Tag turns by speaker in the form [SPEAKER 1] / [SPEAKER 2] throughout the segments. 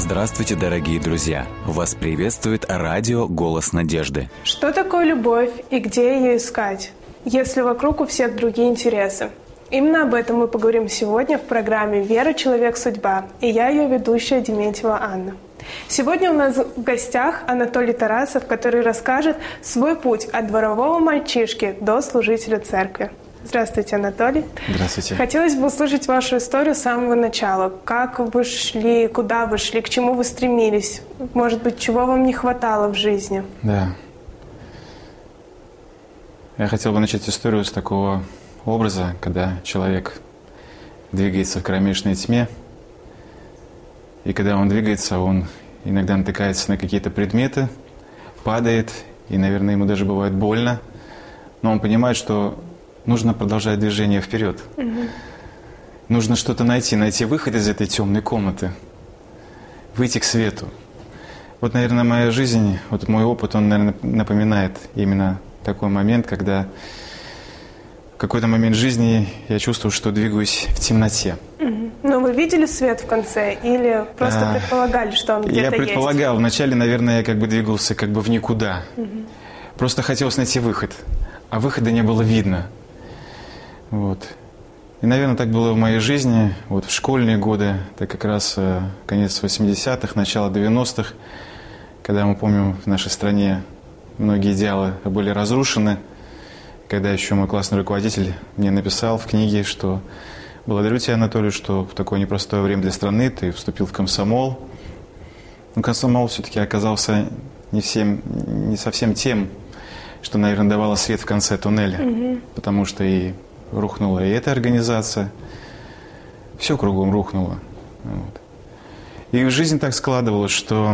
[SPEAKER 1] Здравствуйте, дорогие друзья! Вас приветствует радио «Голос надежды».
[SPEAKER 2] Что такое любовь и где ее искать, если вокруг у всех другие интересы? Именно об этом мы поговорим сегодня в программе «Вера. Человек. Судьба». И я ее ведущая Дементьева Анна. Сегодня у нас в гостях Анатолий Тарасов, который расскажет свой путь от дворового мальчишки до служителя церкви. Здравствуйте, Анатолий.
[SPEAKER 3] Здравствуйте.
[SPEAKER 2] Хотелось бы услышать вашу историю с самого начала. Как вы шли, куда вы шли, к чему вы стремились? Может быть, чего вам не хватало в жизни?
[SPEAKER 3] Да. Я хотел бы начать историю с такого образа, когда человек двигается в кромешной тьме, и когда он двигается, он иногда натыкается на какие-то предметы, падает, и, наверное, ему даже бывает больно, но он понимает, что нужно продолжать движение вперед. Нужно что-то найти выход из этой темной комнаты, выйти к свету. Вот, наверное, моя жизнь, вот мой опыт, он, наверное, напоминает именно такой момент, когда в какой-то момент жизни я чувствую, что двигаюсь в темноте.
[SPEAKER 2] Но вы видели свет в конце или просто предполагали, что он где-то есть?
[SPEAKER 3] Я предполагал. Вначале, наверное, я двигался в никуда. Просто хотелось найти выход, а выхода не было видно. Вот. И, наверное, так было в моей жизни. Вот в школьные годы, это как раз конец 80-х, начало 90-х, когда мы помним, в нашей стране многие идеалы были разрушены. Когда еще мой классный руководитель мне написал в книге, что благодарю тебя, Анатолий, что в такое непростое время для страны ты вступил в комсомол. Но комсомол все-таки оказался не совсем тем, что, наверное, давало свет в конце туннеля. Потому что и рухнула и эта организация, все кругом рухнуло. Вот. И в жизни так складывалось, что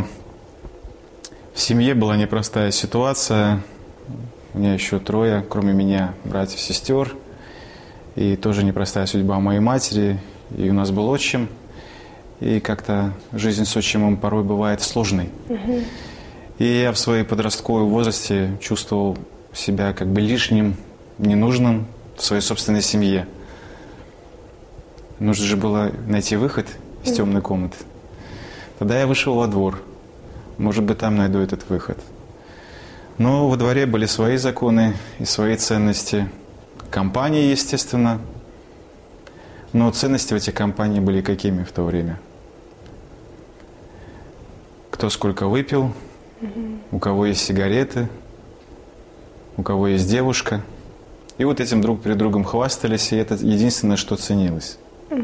[SPEAKER 3] в семье была непростая ситуация. У меня еще 3, кроме меня, братьев, сестер. И тоже непростая судьба моей матери. И у нас был отчим. И как-то жизнь с отчимом порой бывает сложной. И я в своей подростковой возрасте чувствовал себя лишним, ненужным в своей собственной семье. Нужно же было найти выход из темной комнаты. Тогда я вышел во двор. Может быть, там найду этот выход. Но во дворе были свои законы и свои ценности. Компании, естественно. Но ценности в этих компаниях были какими в то время? Кто сколько выпил, у кого есть сигареты, у кого есть девушка. И вот этим друг перед другом хвастались, и это единственное, что ценилось.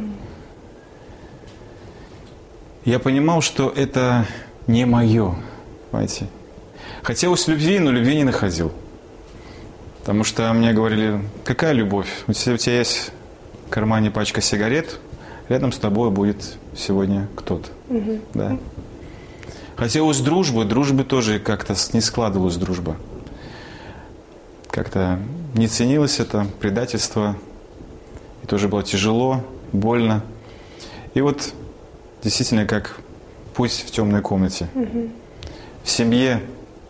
[SPEAKER 3] Я понимал, что это не мое, понимаете. Хотелось любви, но любви не находил. Потому что мне говорили, какая любовь? Если у тебя есть в кармане пачка сигарет, рядом с тобой будет сегодня кто-то. Да? Хотелось дружбы тоже как-то не складывалась дружба. Как-то не ценилось это, предательство. И тоже было тяжело, больно. И вот действительно как путь в темной комнате. В семье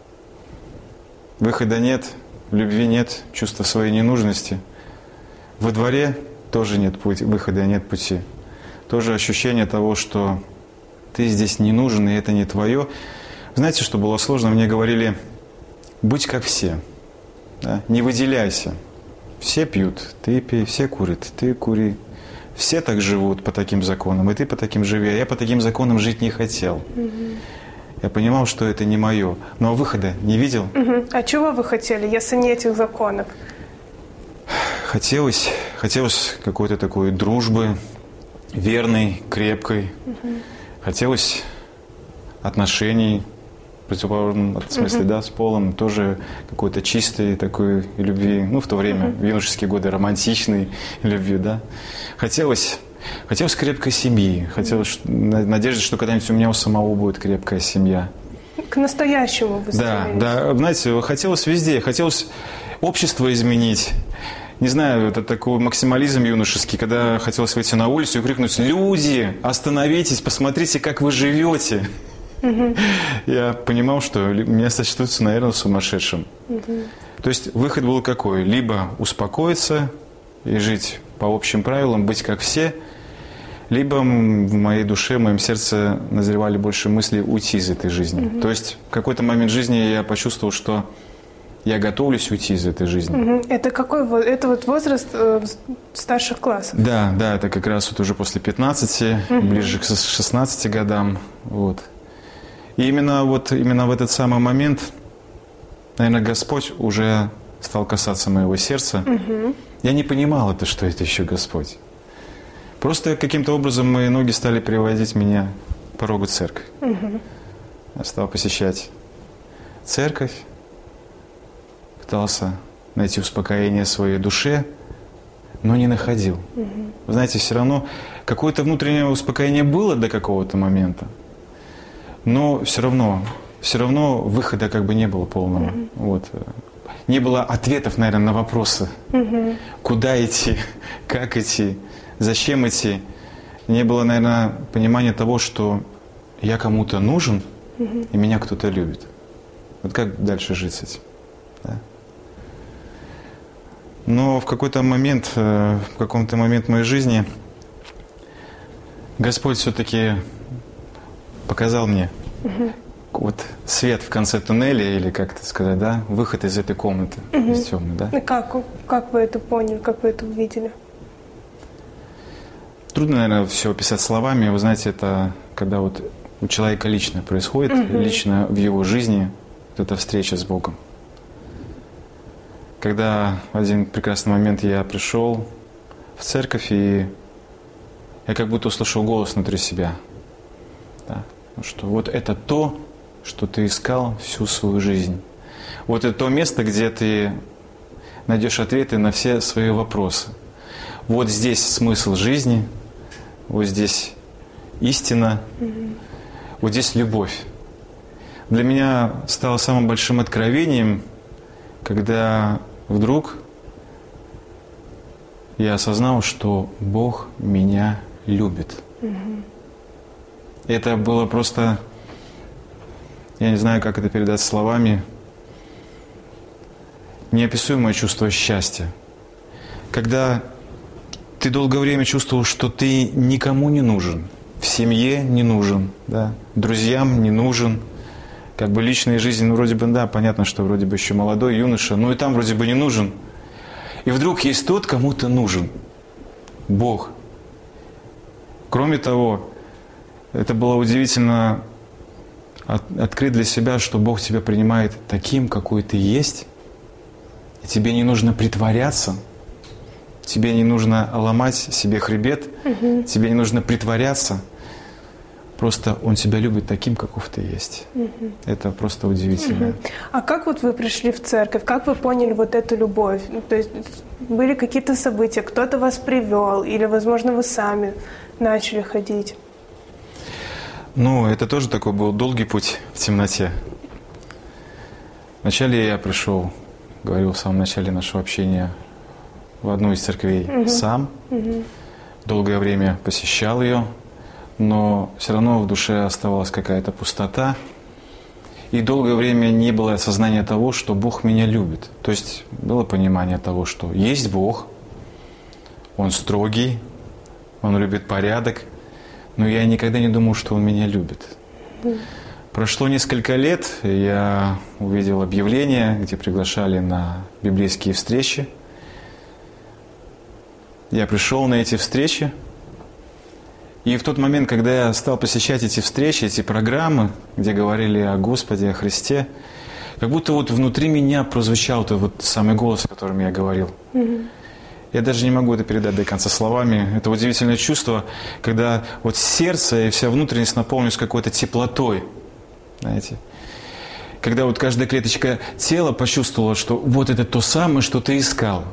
[SPEAKER 3] выхода нет, любви нет, чувства своей ненужности. Во дворе тоже нет выхода, нет пути. Тоже ощущение того, что ты здесь не нужен, и это не твое. Знаете, что было сложно? Мне говорили, будь как все. Да? Не выделяйся. Все пьют, ты пей, все курят, ты кури. Все так живут по таким законам, и ты по таким живи. А я по таким законам жить не хотел. Я понимал, что это не мое. Но выхода не видел.
[SPEAKER 2] А чего вы хотели, если не этих законов?
[SPEAKER 3] Хотелось какой-то такой дружбы, верной, крепкой. Хотелось отношений, в смысле, с полом, тоже какой-то чистой такой любви, в то время, в юношеские годы, романтичной любви, да. Хотелось крепкой семьи, хотелось надежды, что когда-нибудь у меня у самого будет крепкая семья.
[SPEAKER 2] К настоящему вы стремились.
[SPEAKER 3] Да, знаете, хотелось везде, хотелось общество изменить. Не знаю, это такой максимализм юношеский, когда хотелось выйти на улицу и крикнуть: «Люди, остановитесь, посмотрите, как вы живете». Я понимал, что меня сочтутся, наверное, сумасшедшим. То есть выход был какой? Либо успокоиться и жить по общим правилам, быть как все, либо в моей душе, в моем сердце назревали больше мысли уйти из этой жизни. То есть в какой-то момент жизни я почувствовал, что я готовлюсь уйти из этой жизни.
[SPEAKER 2] Это какой? Это вот возраст старших классов?
[SPEAKER 3] Да, это как раз вот уже после 15, ближе к 16 годам. Вот. И именно в этот самый момент, наверное, Господь уже стал касаться моего сердца. Я не понимал что это еще Господь. Просто каким-то образом мои ноги стали приводить меня к порогу церкви. Я стал посещать церковь, пытался найти успокоение в своей душе, но не находил. Вы знаете, все равно какое-то внутреннее успокоение было до какого-то момента, но все равно выхода как бы не было полного. Вот. Не было ответов, наверное, на вопросы. Куда идти, как идти, зачем идти. Не было, наверное, понимания того, что я кому-то нужен, и меня кто-то любит. Вот как дальше жить с этим? Да? Но в каком-то момент моей жизни Господь все-таки показал мне вот свет в конце туннеля, или как это сказать, да, выход из этой комнаты, из темной, да.
[SPEAKER 2] И как вы это поняли, как вы это увидели?
[SPEAKER 3] Трудно, наверное, все описать словами. Вы знаете, это когда вот у человека лично происходит, лично в его жизни вот эта встреча с Богом. Когда в один прекрасный момент я пришел в церковь, и я как будто услышал голос внутри себя, да, что вот это то, что ты искал всю свою жизнь. Вот это то место, где ты найдешь ответы на все свои вопросы. Вот здесь смысл жизни, вот здесь истина, вот здесь любовь. Для меня стало самым большим откровением, когда вдруг я осознал, что Бог меня любит. Это было просто, я не знаю, как это передать словами, неописуемое чувство счастья. Когда ты долгое время чувствовал, что ты никому не нужен, в семье не нужен, да, друзьям не нужен, как бы личной жизни, вроде бы, да, понятно, что вроде бы еще молодой, юноша, но и там вроде бы не нужен. И вдруг есть тот, кому ты нужен. Бог. Кроме того, это было удивительно открыть для себя, что Бог тебя принимает таким, какой ты есть, и тебе не нужно притворяться, тебе не нужно ломать себе хребет, тебе не нужно притворяться. Просто Он тебя любит таким, каков ты есть. Это просто удивительно.
[SPEAKER 2] А как вот вы пришли в церковь? Как вы поняли вот эту любовь? То есть были какие-то события, кто-то вас привел, или, возможно, вы сами начали ходить?
[SPEAKER 3] Ну, это тоже такой был долгий путь в темноте. Вначале я пришел, говорил в самом начале нашего общения, в одну из церквей сам. Долгое время посещал ее, но все равно в душе оставалась какая-то пустота. И долгое время не было осознания того, что Бог меня любит. То есть было понимание того, что есть Бог, Он строгий, Он любит порядок, но я никогда не думал, что Он меня любит. Прошло несколько лет, и я увидел объявление, где приглашали на библейские встречи. Я пришел на эти встречи, и в тот момент, когда я стал посещать эти встречи, эти программы, где говорили о Господе, о Христе, как будто вот внутри меня прозвучал тот вот самый голос, о котором я говорил. Я даже не могу это передать до конца словами. Это удивительное чувство, когда вот сердце и вся внутренность наполнились какой-то теплотой. Знаете? Когда вот каждая клеточка тела почувствовала, что вот это то самое, что ты искал.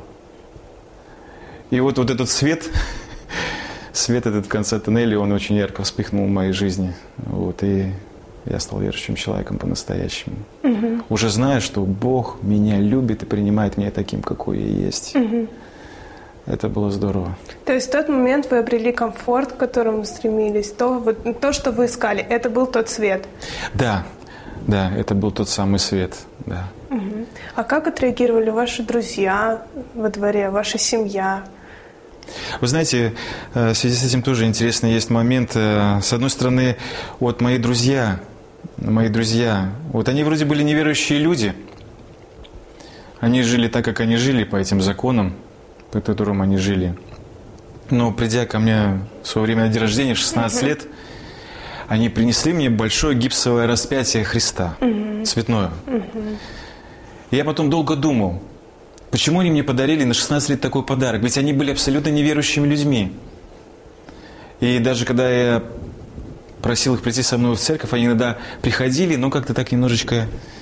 [SPEAKER 3] И вот этот свет этот в конце туннеля, он очень ярко вспыхнул в моей жизни. Вот, и я стал верующим человеком по-настоящему. Уже зная, что Бог меня любит и принимает меня таким, какой я есть. Это было здорово.
[SPEAKER 2] То есть в тот момент вы обрели комфорт, к которому стремились, то, что вы искали, это был тот свет?
[SPEAKER 3] Да, это был тот самый свет, да.
[SPEAKER 2] А как отреагировали ваши друзья во дворе, ваша семья?
[SPEAKER 3] Вы знаете, в связи с этим тоже интересный есть момент. С одной стороны, вот мои друзья, вот они вроде были неверующие люди. Они жили так, как они жили, по этим законам, по которым они жили. Но придя ко мне в свое время на день рождения, в 16 лет, они принесли мне большое гипсовое распятие Христа, цветное. И я потом долго думал, почему они мне подарили на 16 лет такой подарок? Ведь они были абсолютно неверующими людьми. И даже когда я просил их прийти со мной в церковь, они иногда приходили, но как-то так немножечко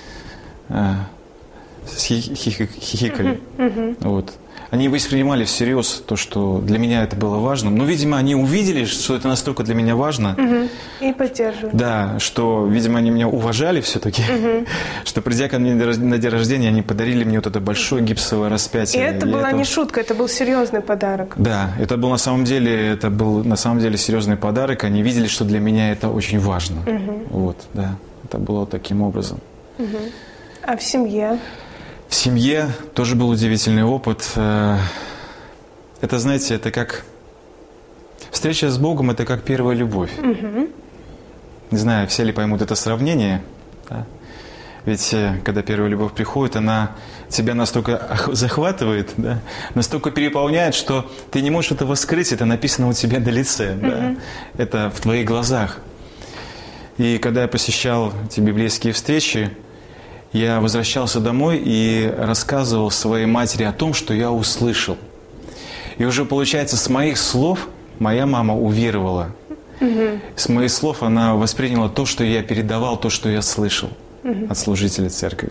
[SPEAKER 3] хихикали. Вот. Они воспринимали всерьез то, что для меня это было важным. Но, видимо, они увидели, что это настолько для меня важно.
[SPEAKER 2] И поддерживали.
[SPEAKER 3] Да, что, видимо, они меня уважали все-таки. Что, придя ко мне на день рождения, они подарили мне вот это большое гипсовое распятие.
[SPEAKER 2] И это была не шутка, это был серьезный подарок.
[SPEAKER 3] Да, это был на самом деле серьезный подарок. Они видели, что для меня это очень важно. Вот, да. Это было таким образом.
[SPEAKER 2] А в семье?
[SPEAKER 3] В семье тоже был удивительный опыт. Это, знаете, это как... Встреча с Богом – это как первая любовь. Не знаю, все ли поймут это сравнение. Да? Ведь когда первая любовь приходит, она тебя настолько захватывает, да? Настолько переполняет, что ты не можешь этого скрыть. Это написано у тебя на лице. Да? Это в твоих глазах. И когда я посещал эти библейские встречи, я возвращался домой и рассказывал своей матери о том, что я услышал. И уже, получается, с моих слов моя мама уверовала. С моих слов она восприняла то, что я передавал, то, что я слышал от служителей церкви.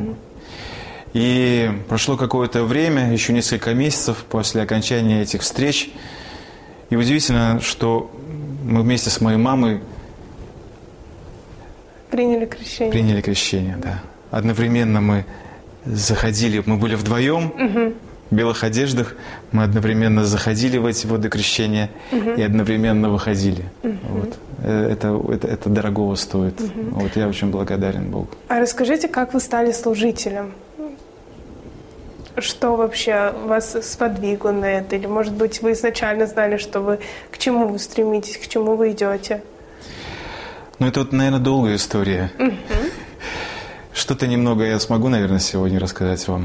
[SPEAKER 3] И прошло какое-то время, еще несколько месяцев после окончания этих встреч. И удивительно, что мы вместе с моей мамой
[SPEAKER 2] приняли крещение.
[SPEAKER 3] Приняли крещение, да. Одновременно мы были вдвоем, в белых одеждах, мы одновременно заходили в эти воды крещения и одновременно выходили. Вот. Это дорогого стоит. Вот, я очень благодарен Богу.
[SPEAKER 2] А расскажите, как вы стали служителем? Что вообще вас сподвигло на это? Или, может быть, вы изначально знали, к чему вы стремитесь, к чему вы идете?
[SPEAKER 3] Ну, это вот, наверное, долгая история. Что-то немного я смогу, наверное, сегодня рассказать вам.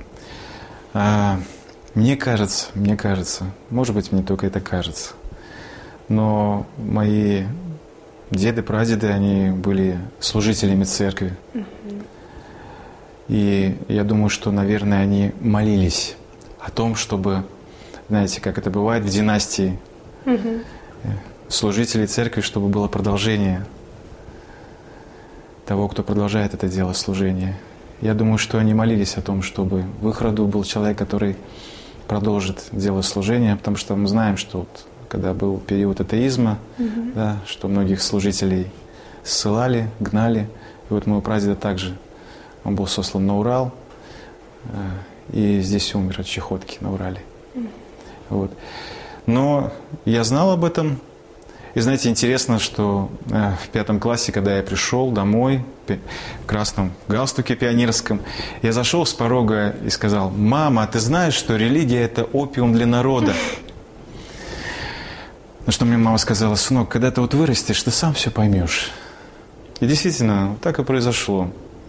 [SPEAKER 3] Мне кажется, может быть, мне только это кажется, но мои деды, прадеды, они были служителями церкви. И я думаю, что, наверное, они молились о том, чтобы, знаете, как это бывает в династии служителей церкви, чтобы было продолжение того, кто продолжает это дело служения. Я думаю, что они молились о том, чтобы в их роду был человек, который продолжит дело служения, потому что мы знаем, что вот, когда был период атеизма, да, что многих служителей ссылали, гнали. И вот моего прадеда также, он был сослан на Урал, и здесь умер от чехотки на Урале. Вот. Но я знал об этом. И знаете, интересно, что в 5 классе, когда я пришел домой в красном галстуке пионерском, я зашел с порога и сказал: «Мама, ты знаешь, что религия – это опиум для народа?» На что мне мама сказала: «Сынок, когда ты вот вырастешь, ты сам все поймешь». И действительно, так и произошло.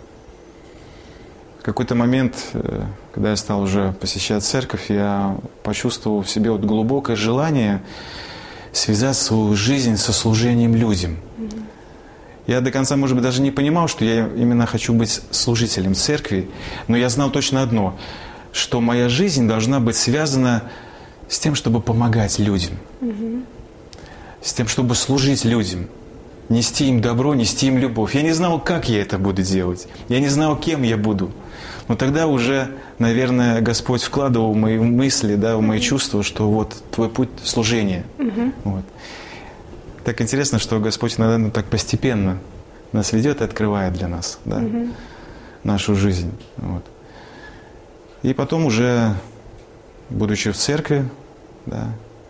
[SPEAKER 3] В какой-то момент, когда я стал уже посещать церковь, я почувствовал в себе вот глубокое желание связать свою жизнь со служением людям. Я до конца, может быть, даже не понимал, что я именно хочу быть служителем церкви, но я знал точно одно, что моя жизнь должна быть связана с тем, чтобы помогать людям, с тем, чтобы служить людям, нести им добро, нести им любовь. Я не знал, как я это буду делать, я не знал, кем я буду. Но тогда уже, наверное, Господь вкладывал в мои мысли, да, в мои чувства, что вот твой путь служения. Вот. Так интересно, что Господь, наверное, так постепенно нас ведет и открывает для нас, да, нашу жизнь. Вот. И потом уже, будучи в церкви, да,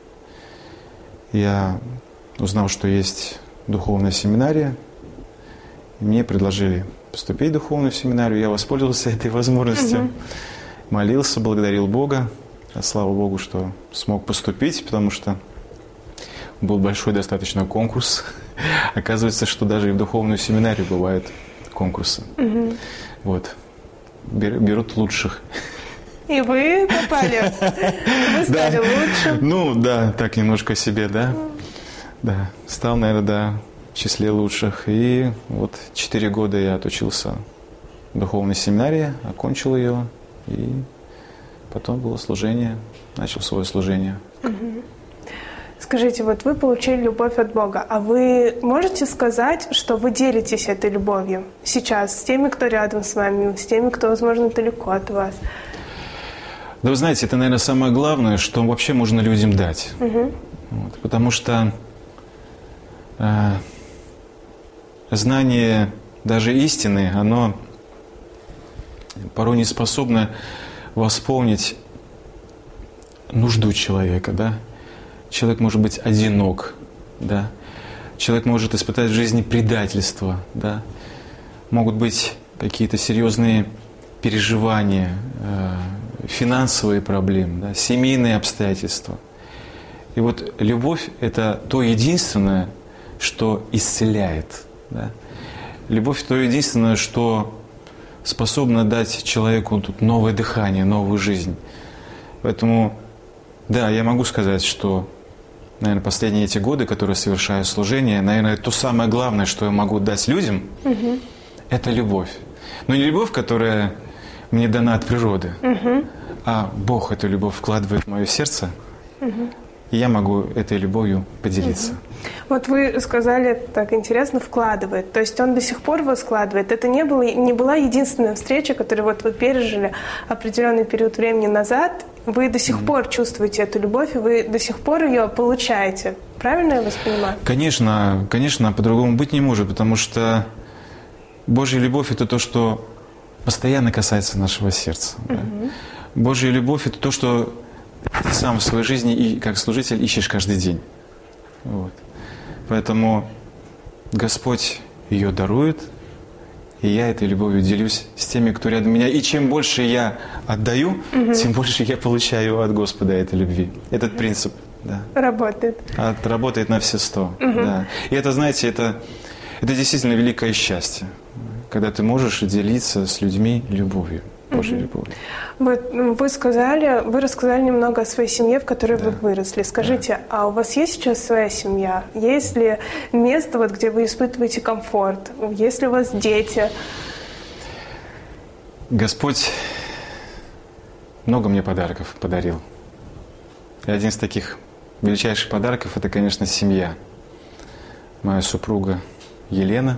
[SPEAKER 3] я узнал, что есть духовная семинария. Мне предложили поступить в духовную семинарию. Я воспользовался этой возможностью, молился, благодарил Бога. Слава Богу, что смог поступить, потому что был большой достаточно конкурс. Оказывается, что даже и в духовную семинарию бывают конкурсы. Вот. Берут лучших.
[SPEAKER 2] И вы попали? Вы стали лучшим?
[SPEAKER 3] Ну, да, так немножко себе, да. Да, стал, наверное, да, в числе лучших. И вот 4 года я отучился в духовной семинарии, окончил ее. И потом было служение, начал свое служение.
[SPEAKER 2] Скажите, вот вы получили любовь от Бога, а вы можете сказать, что вы делитесь этой любовью сейчас с теми, кто рядом с вами, с теми, кто, возможно, далеко от вас?
[SPEAKER 3] Да вы знаете, это, наверное, самое главное, что вообще можно людям дать. Вот, потому что знание даже истины, оно порой не способно восполнить нужду человека, да? Человек может быть одинок, да? Человек может испытать в жизни предательство, да? Могут быть какие-то серьезные переживания, финансовые проблемы, да? Семейные обстоятельства. И вот любовь – это то единственное, что исцеляет, да? Любовь – то единственное, что способно дать человеку тут новое дыхание, новую жизнь. Поэтому, да, я могу сказать, что, наверное, последние эти годы, которые совершаю служение, наверное, то самое главное, что я могу дать людям, это любовь. Но не любовь, которая мне дана от природы, а Бог эту любовь вкладывает в мое сердце, и я могу этой любовью поделиться.
[SPEAKER 2] Вот вы сказали, так интересно, вкладывает. То есть Он до сих пор вас вкладывает. Это не была единственная встреча, которую вот вы пережили определенный период времени назад. Вы до сих пор чувствуете эту любовь, и вы до сих пор ее получаете. Правильно я вас понимаю?
[SPEAKER 3] Конечно, конечно, по-другому быть не может, потому что Божья любовь – это то, что постоянно касается нашего сердца. Да? Божья любовь – это то, что ты сам в своей жизни и как служитель ищешь каждый день. Вот. Поэтому Господь ее дарует, и я этой любовью делюсь с теми, кто рядом меня. И чем больше я отдаю, тем больше я получаю от Господа этой любви. Этот принцип, да.
[SPEAKER 2] Работает.
[SPEAKER 3] Работает на все 100. Да. И это, знаете, это действительно великое счастье, когда ты можешь делиться с людьми любовью. Божьей любовью.
[SPEAKER 2] Вы рассказали немного о своей семье, в которой вы выросли. Скажите, а у вас есть сейчас своя семья? Есть ли место, вот, где вы испытываете комфорт? Есть ли у вас дети?
[SPEAKER 3] Господь много мне подарков подарил. И один из таких величайших подарков – это, конечно, семья. Моя супруга Елена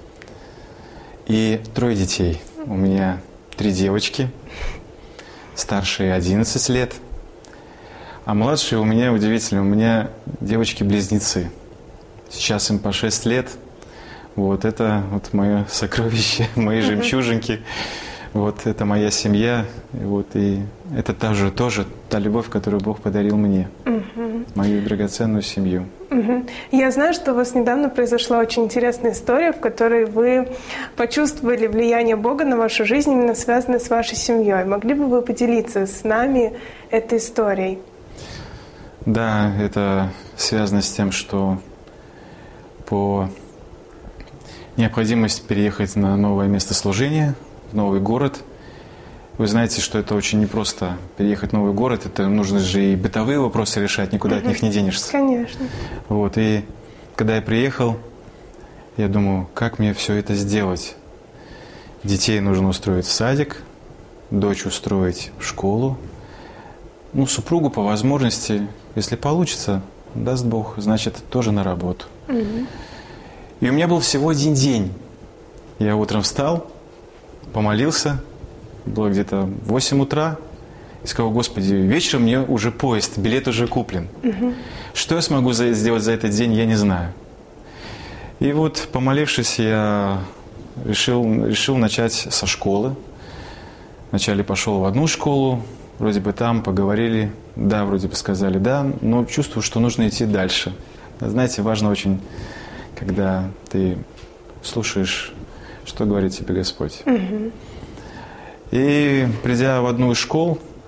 [SPEAKER 3] и 3 детей. У меня 3 девочки, старшие 11 лет, а младшие у меня, удивительно, у меня девочки-близнецы. Сейчас им по 6 лет. Вот это вот мое сокровище, мои жемчужинки. Вот это моя семья. Вот, и это тоже та любовь, которую Бог подарил мне. Мою драгоценную семью.
[SPEAKER 2] Я знаю, что у вас недавно произошла очень интересная история, в которой вы почувствовали влияние Бога на вашу жизнь, именно связанное с вашей семьей. Могли бы вы поделиться с нами этой историей?
[SPEAKER 3] Да, это связано с тем, что по необходимости переехать на новое место служения, в новый город. Вы знаете, что это очень непросто переехать в новый город. Это нужно же и бытовые вопросы решать, никуда от них не денешься.
[SPEAKER 2] Конечно.
[SPEAKER 3] Вот, и когда я приехал, я думаю, как мне все это сделать? Детей нужно устроить в садик, дочь устроить в школу. Ну, супругу по возможности, если получится, даст Бог, значит, тоже на работу. И у меня был всего 1 день. Я утром встал, помолился, было где-то 8 утра, и сказал: Господи, вечером мне уже поезд, билет уже куплен. Что я смогу сделать за этот день, я не знаю. И вот, помолившись, я решил начать со школы. Вначале пошел в одну школу, вроде бы там поговорили, да, вроде бы сказали да, но чувствую, что нужно идти дальше. Знаете, важно очень, когда ты слушаешь, что говорит тебе Господь. И придя в одну из школ,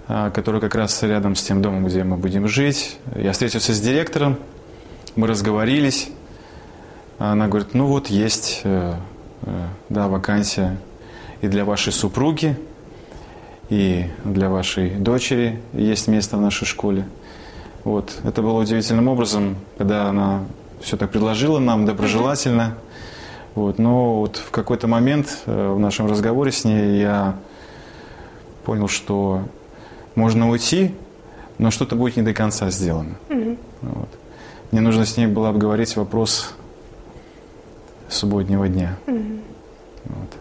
[SPEAKER 3] который как раз рядом с тем домом, где мы будем жить. Я встретился с директором, мы разговорились. Она говорит, ну вот есть, да, вакансия и для вашей супруги, и для вашей дочери есть место в нашей школе. Вот. Это было удивительным образом, когда она все так предложила нам доброжелательно. Вот. Но вот в какой-то момент в нашем разговоре с ней я понял, что можно уйти, но что-то будет не до конца сделано. Вот. Мне нужно с ней было обговорить вопрос субботнего дня. Вот.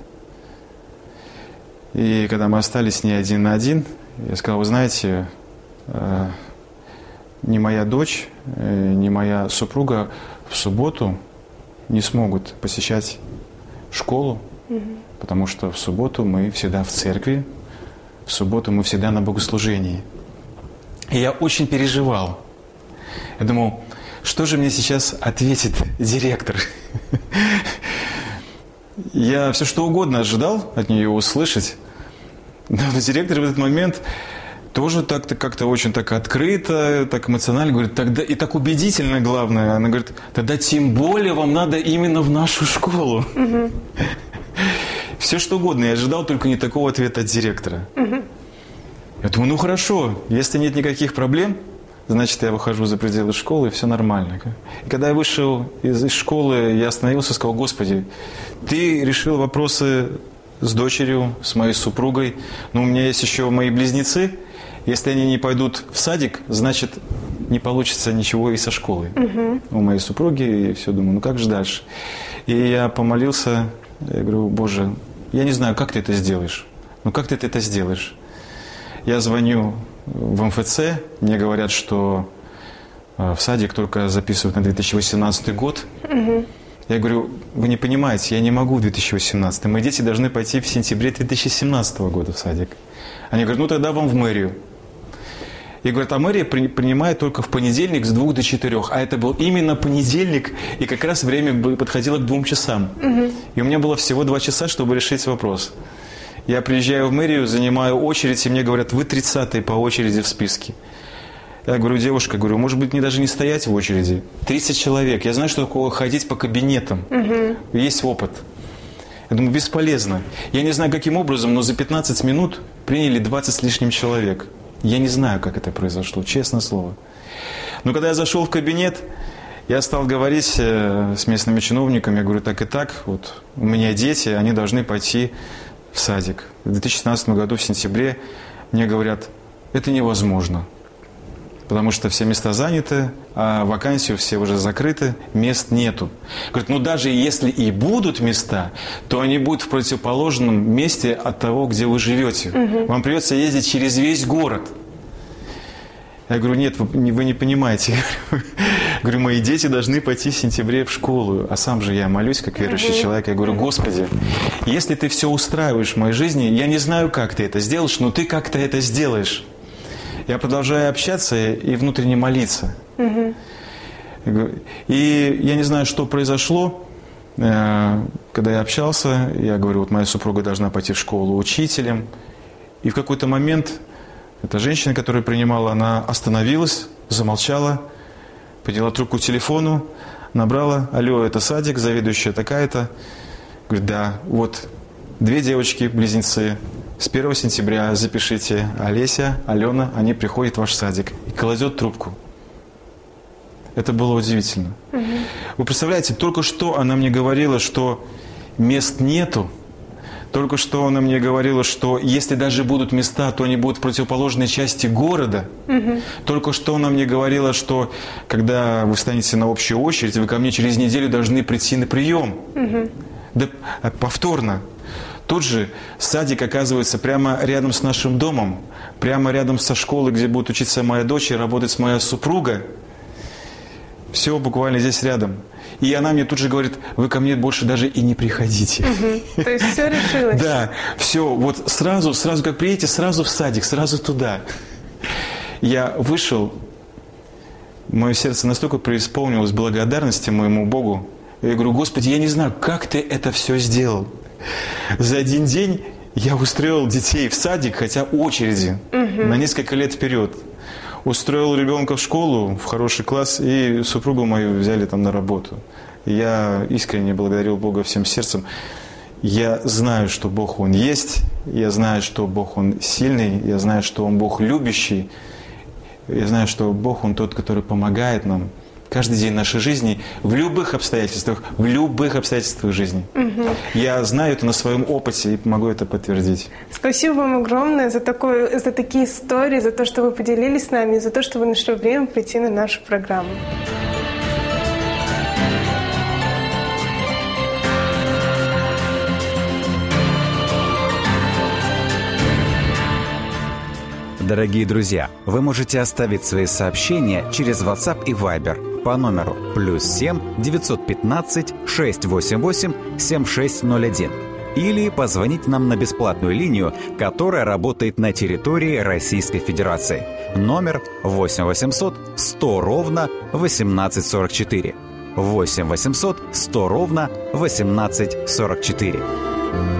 [SPEAKER 3] И когда мы остались с ней один на один, я сказал, вы знаете, ни моя дочь, ни моя супруга в субботу не смогут посещать школу, потому что в субботу мы всегда в церкви, в субботу мы всегда на богослужении. И я очень переживал. Я думал, что же мне сейчас ответит директор? Я все что угодно ожидал от нее услышать. Но директор в этот момент тоже так-то как-то очень так открыто, так эмоционально говорит, тогда и так убедительно, главное. Она говорит, тогда тем более вам надо именно в нашу школу. Все что угодно. Я ожидал только не такого ответа от директора. Я думаю, ну хорошо, если нет никаких проблем, значит, я выхожу за пределы школы, и все нормально. И когда я вышел из школы, я остановился и сказал, Господи, Ты решил вопросы с дочерью, с моей супругой, но у меня есть еще мои близнецы. Если они не пойдут в садик, значит, не получится ничего и со школой. У моей супруги, и все, думаю, ну как же дальше? И я помолился, я говорю, Боже, я не знаю, как Ты это сделаешь. Ну как Ты это сделаешь? Я звоню в МФЦ, мне говорят, что в садик только записывают на 2018 год. Я говорю, вы не понимаете, я не могу в 2018. Мои дети должны пойти в сентябре 2017 года в садик. Они говорят, ну тогда вам в мэрию. И говорят, а мэрия принимает только в понедельник с 2 до 4. А это был именно понедельник, и как раз время подходило к 2 часам. И у меня было всего 2 часа, чтобы решить вопрос. Я приезжаю в мэрию, занимаю очередь, и мне говорят, вы 30-й по очереди в списке. Я говорю, девушка, говорю, может быть, мне даже не стоять в очереди. 30 человек. Я знаю, что такое ходить по кабинетам. Есть опыт. Я думаю, бесполезно. Я не знаю, каким образом, но за 15 минут приняли 20 с лишним человек. Я не знаю, как это произошло, честное слово. Но когда я зашел в кабинет, я стал говорить с местными чиновниками. Я говорю, так и так, вот у меня дети, они должны пойти в садик. В 2016 году, в сентябре, мне говорят, это невозможно. Потому что все места заняты, а вакансии все уже закрыты, мест нету. Говорят, ну даже если и будут места, то они будут в противоположном месте от того, где вы живете. Вам придется ездить через весь город. Я говорю, нет, вы не понимаете. Говорю, мои дети должны пойти в сентябре в школу. А сам же я молюсь, как верующий человек. Я говорю, Господи, если Ты все устраиваешь в моей жизни, я не знаю, как Ты это сделаешь, но Ты как-то это сделаешь. Я продолжаю общаться и внутренне молиться. И я не знаю, что произошло, когда я общался. Я говорю, вот моя супруга должна пойти в школу учителем. И в какой-то момент эта женщина, которая принимала, она остановилась, замолчала, подняла трубку к телефону, набрала, алло, это садик, заведующая такая-то. Говорит, да, вот 2 девочки-близнецы. С 1 сентября запишите Олеся, Алена, они приходят в ваш садик. И кладет трубку. Это было удивительно. Вы представляете, только что она мне говорила, что мест нету. Только что она мне говорила, что если даже будут места, то они будут в противоположной части города. Только что она мне говорила, что когда вы встанете на общую очередь, вы ко мне через неделю должны прийти на прием. Да, повторно. Тут же садик оказывается прямо рядом с нашим домом, прямо рядом со школой, где будет учиться моя дочь и работать моя супруга. Все буквально здесь рядом. И она мне тут же говорит, вы ко мне больше даже и не приходите.
[SPEAKER 2] То есть все решилось? Да,
[SPEAKER 3] все, вот сразу как приедете, сразу в садик, сразу туда. Я вышел, мое сердце настолько преисполнилось благодарности моему Богу. Я говорю, Господи, я не знаю, как Ты это все сделал. За один день Я устроил детей в садик, хотя очереди на несколько лет вперед. Устроил ребенка в школу, в хороший класс, и супругу мою взяли там на работу. Я искренне благодарил Бога всем сердцем. Я знаю, что Бог, Он есть. Я знаю, что Бог, Он сильный. Я знаю, что Он Бог любящий. Я знаю, что Бог, Он тот, который помогает нам каждый день нашей жизни в любых обстоятельствах жизни. Я знаю это на своем опыте и могу это подтвердить.
[SPEAKER 2] Спасибо вам огромное за такие истории, за то, что вы поделились с нами, за то, что вы нашли время прийти на нашу программу.
[SPEAKER 1] Дорогие друзья, вы можете оставить свои сообщения через WhatsApp и Viber по номеру +7 915 688 7601 или позвонить нам на бесплатную линию, которая работает на территории Российской Федерации. Номер 8 800 100 ровно 1844. 8 800 100 ровно 1844.